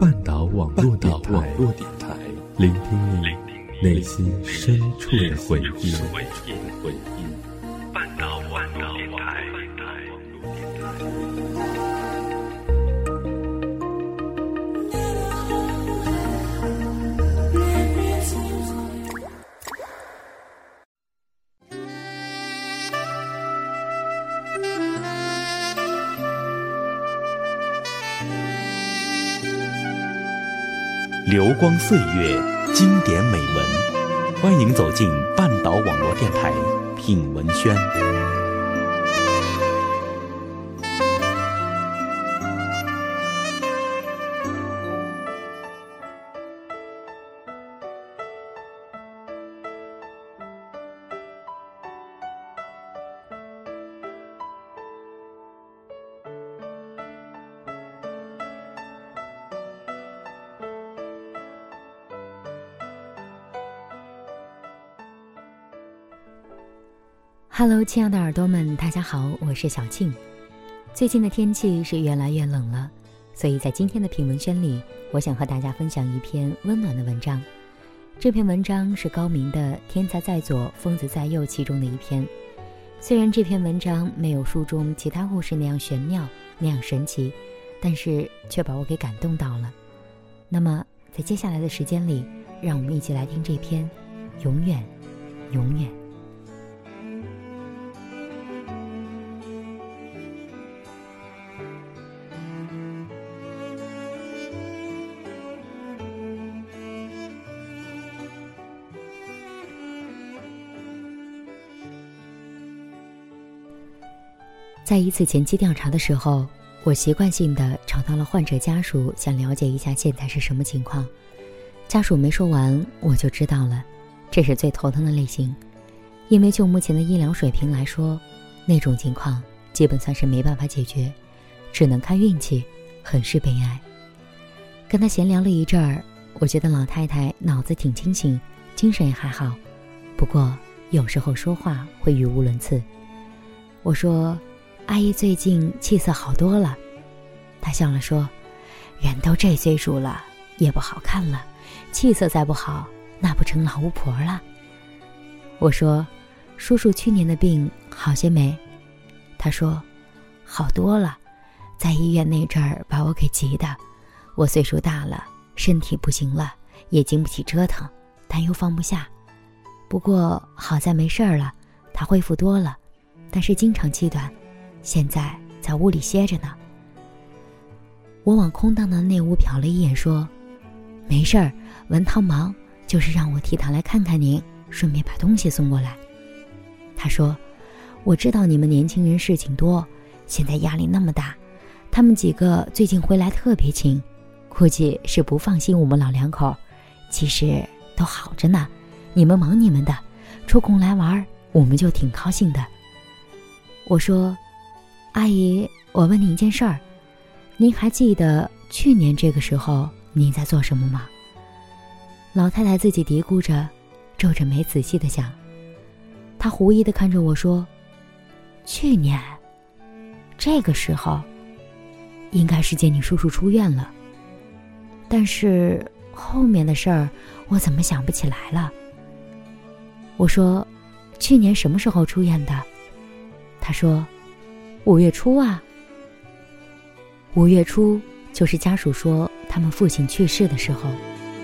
半岛网络电台，聆听你内心深处的回忆。半岛网络电台。 流光岁月，经典美文，欢迎走进半岛网络电台品文轩。 Hello， 亲爱的耳朵们，大家好，我是小静。最近的天气是越来越冷了，所以在今天的品文轩里，我想和大家分享一篇温暖的文章。这篇文章是高明的《天才在左，疯子在右》其中的一篇。虽然这篇文章没有书中其他故事那样玄妙，那样神奇，但是却把我给感动到了。那么在接下来的时间里，让我们一起来听这篇永远永远。在一次前期调查的时候，我习惯性地找到了患者家属，想了解一下现在是什么情况。家属没说完，我就知道了，这是最头疼的类型。因为就目前的医疗水平来说，那种情况基本算是没办法解决，只能看运气，很是悲哀。跟他闲聊了一阵儿，我觉得老太太脑子挺清醒，精神也还好，不过有时候说话会语无伦次。我说，阿姨最近气色好多了。她笑了说，人都这岁数了，也不好看了，气色再不好，那不成老巫婆了。我说，叔叔去年的病好些没？她说，好多了，在医院那阵儿把我给急的，我岁数大了，身体不行了，也经不起折腾，但又放不下。不过好在没事儿了，他恢复多了，但是经常气短，现在在屋里歇着呢。我往空荡荡的那屋瞟了一眼，说，没事儿，文涛忙，就是让我替他来看看您，顺便把东西送过来。他说，我知道你们年轻人事情多，现在压力那么大，他们几个最近回来特别勤，估计是不放心我们老两口，其实都好着呢，你们忙你们的，抽空来玩，我们就挺高兴的。我说，阿姨，我问你一件事儿，您还记得去年这个时候您在做什么吗？老太太自己嘀咕着，皱着眉仔细地想。她狐疑地看着我说，去年这个时候应该是见你叔叔出院了，但是后面的事儿我怎么想不起来了。我说，去年什么时候出院的？他说，5月初啊。5月初就是家属说他们父亲去世的时候。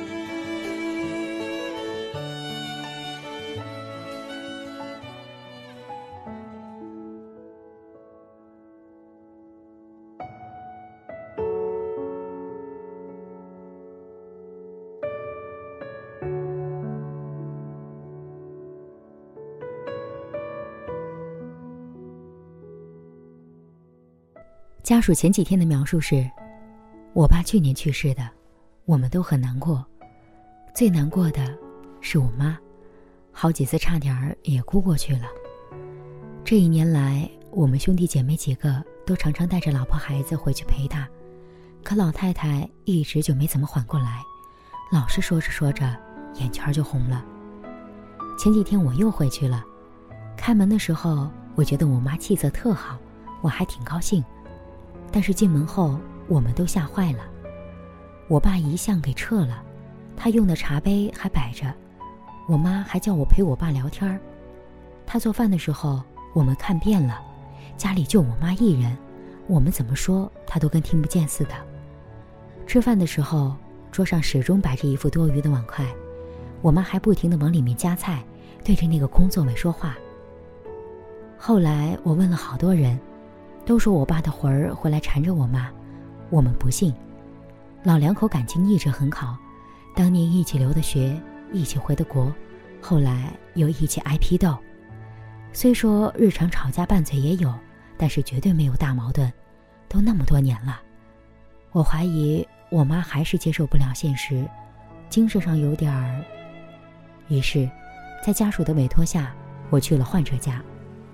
家属前几天的描述是，我爸去年去世的，我们都很难过，最难过的是我妈，好几次差点儿也哭过去了。这一年来，我们兄弟姐妹几个都常常带着老婆孩子回去陪她，可老太太一直就没怎么缓过来，老是说着说着眼圈就红了。前几天我又回去了，开门的时候我觉得我妈气色特好，我还挺高兴，但是进门后我们都吓坏了。 我爸一向给撤了，他用的茶杯还摆着，我妈还叫我陪我爸聊天。他做饭的时候我们看遍了，家里就我妈一人，我们怎么说他都跟听不见似的。吃饭的时候桌上始终摆着一副多余的碗筷，我妈还不停地往里面夹菜，对着那个空座位说话。后来我问了好多人，都说我爸的魂儿回来缠着我妈，我们不信。老两口感情一直很好，当年一起留的学，一起回的国，后来又一起挨批斗。虽说日常吵架拌嘴也有，但是绝对没有大矛盾，都那么多年了。我怀疑我妈还是接受不了现实，精神上有点儿。于是在家属的委托下，我去了患者家。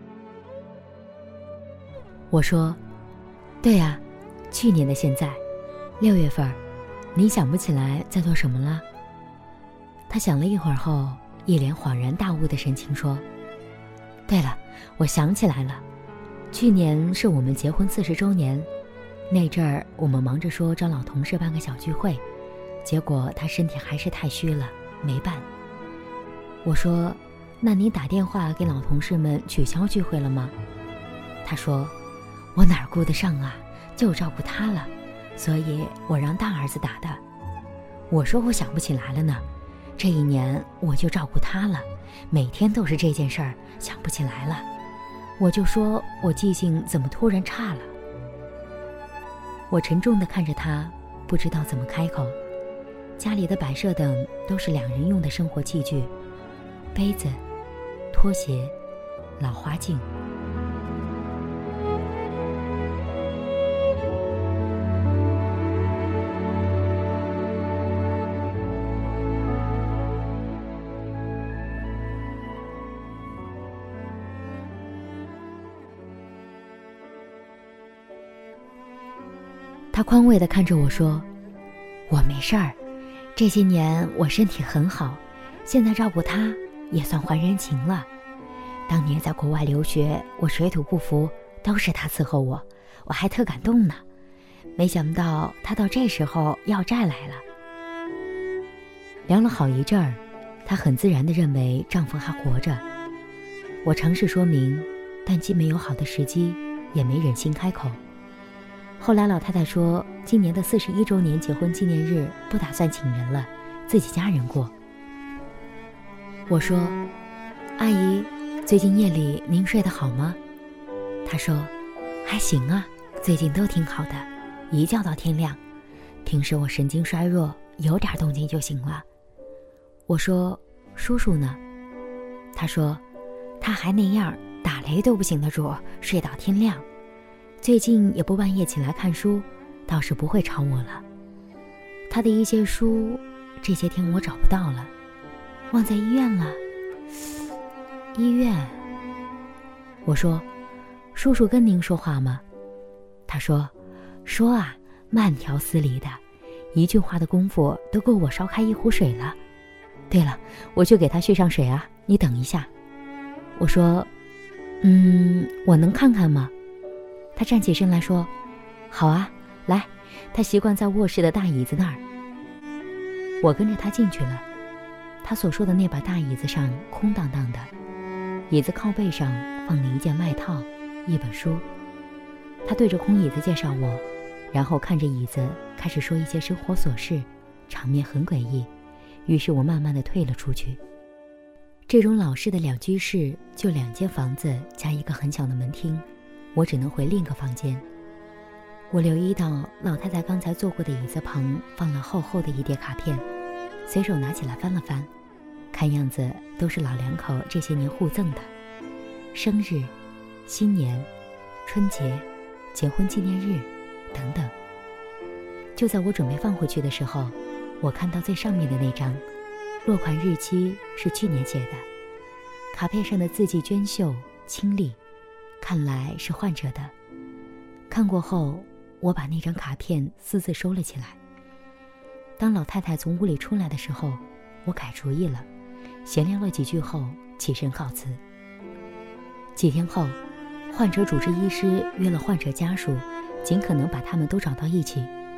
我说，对啊，去年的现在6月份，你想不起来在做什么了？他想了一会儿后，一脸恍然大悟的神情说，对了，我想起来了，去年是我们结婚40周年，那阵儿我们忙着说找老同事办个小聚会，结果他身体还是太虚了，没办。我说，那你打电话给老同事们取消聚会了吗？他说，我哪儿顾得上啊，就照顾他了，所以我让大儿子打的。我说我想不起来了呢，这一年我就照顾他了，每天都是这件事儿，想不起来了。我就说我记性怎么突然差了。我沉重地看着他，不知道怎么开口。家里的摆设等都是2人用的生活器具，杯子、拖鞋、老花镜。他宽慰地看着我说，我没事儿，这些年我身体很好，现在照顾他也算还人情了。当年在国外留学，我水土不服，都是他伺候我，我还特感动呢。没想到他到这时候要债来了。聊了好一阵儿，她很自然地认为丈夫还活着。我尝试说明，但既没有好的时机，也没忍心开口。后来老太太说，今年的41周年结婚纪念日不打算请人了，自己家人过。我说，阿姨，最近夜里您睡得好吗？她说，还行啊，最近都挺好的，一觉到天亮。平时我神经衰弱，有点动静就醒了。我说，叔叔呢？她说，他还那样，打雷都不醒的主，睡到天亮。最近也不半夜起来看书，倒是不会吵我了。他的一些书，这些天我找不到了，忘在医院了。医院？我说，叔叔跟您说话吗？他说，说啊，慢条斯理的，一句话的功夫都够我烧开一壶水了。对了，我去给他续上水啊，你等一下。我说，我能看看吗？他站起身来说，好啊，来。他习惯在卧室的大椅子那儿。我跟着他进去了。他所说的那把大椅子上空荡荡的，椅子靠背上放了一件外套，一本书。他对着空椅子介绍我，然后看着椅子开始说一些生活琐事，场面很诡异。于是我慢慢地退了出去。这种老式的2居室，就2间房子加一个很小的门厅，我只能回另一个房间。我留意到老太太刚才坐过的椅子旁放了厚厚的一叠卡片，随手拿起来翻了翻，看样子都是老两口这些年互赠的，生日、新年、春节、结婚纪念日等等。就在我准备放回去的时候，我看到最上面的那张，落款日期是去年写的，卡片上的字迹娟秀清丽，看来是患者的。看过后，我把那张卡片私自收了起来。当老太太从屋里出来的时候，我改主意了，闲聊了几句后起身告辞。几天后，患者主治医师约了患者家属，尽可能把他们都找到一起。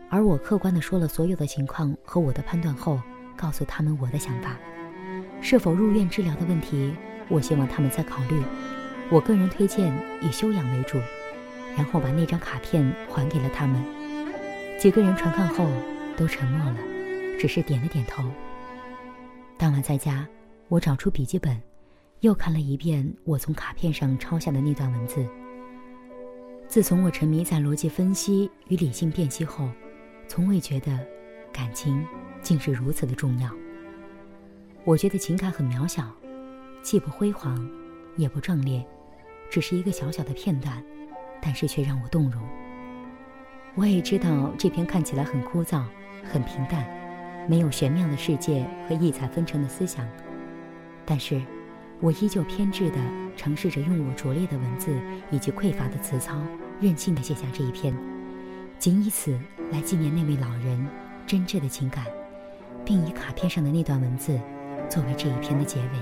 而我客观地说了所有的情况和我的判断后，告诉他们我的想法。是否入院治疗的问题，我希望他们再考虑。我个人推荐以休养为主，然后把那张卡片还给了他们。几个人传看后都沉默了，只是点了点头。当晚在家，我找出笔记本，又看了一遍我从卡片上抄下的那段文字。自从我沉迷在逻辑分析与理性辨析后，从未觉得感情竟是如此的重要。我觉得情感很渺小，既不辉煌也不壮烈，只是一个小小的片段，但是却让我动容。我也知道这篇看起来很枯燥很平淡，没有玄妙的世界和异彩纷呈的思想，但是我依旧偏执地尝试着用我拙劣的文字以及匮乏的词操，任性地写下这一篇，仅以此来纪念那位老人真挚的情感，并以卡片上的那段文字作为这一篇的结尾。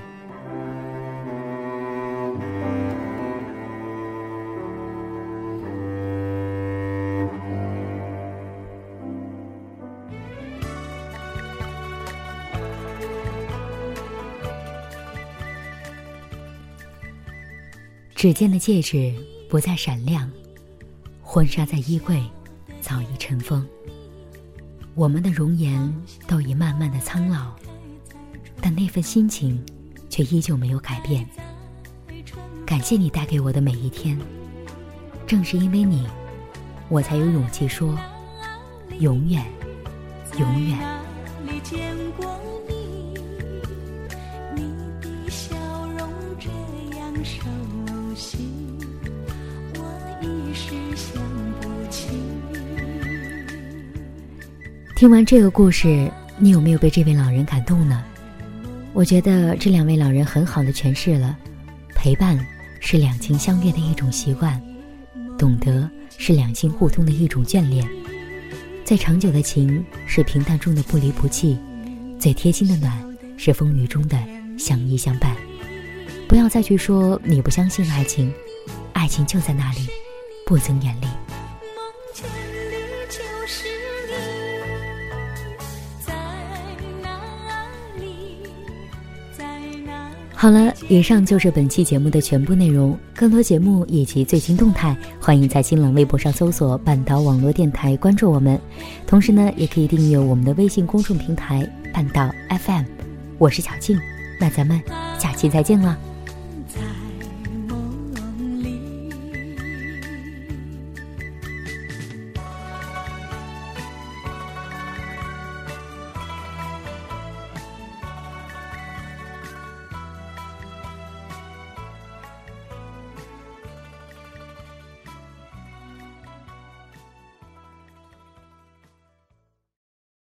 指尖的戒指不再闪亮，婚纱在衣柜早已尘封，我们的容颜都已慢慢的苍老，但那份心情却依旧没有改变。感谢你带给我的每一天，正是因为你，我才有勇气说永远永远。听完这个故事，你有没有被这位老人感动呢？我觉得这两位老人很好地诠释了，陪伴是两情相悦的一种习惯，懂得是两性互通的一种眷恋，最长久的情是平淡中的不离不弃，最贴心的暖是风雨中的相依相伴。不要再去说你不相信爱情，爱情就在那里，不曾远离。好了，以上就是本期节目的全部内容。更多节目以及最新动态，欢迎在新浪微博上搜索半岛网络电台关注我们。同时呢，也可以订阅我们的微信公众平台半岛 FM。我是小静，那咱们下期再见了。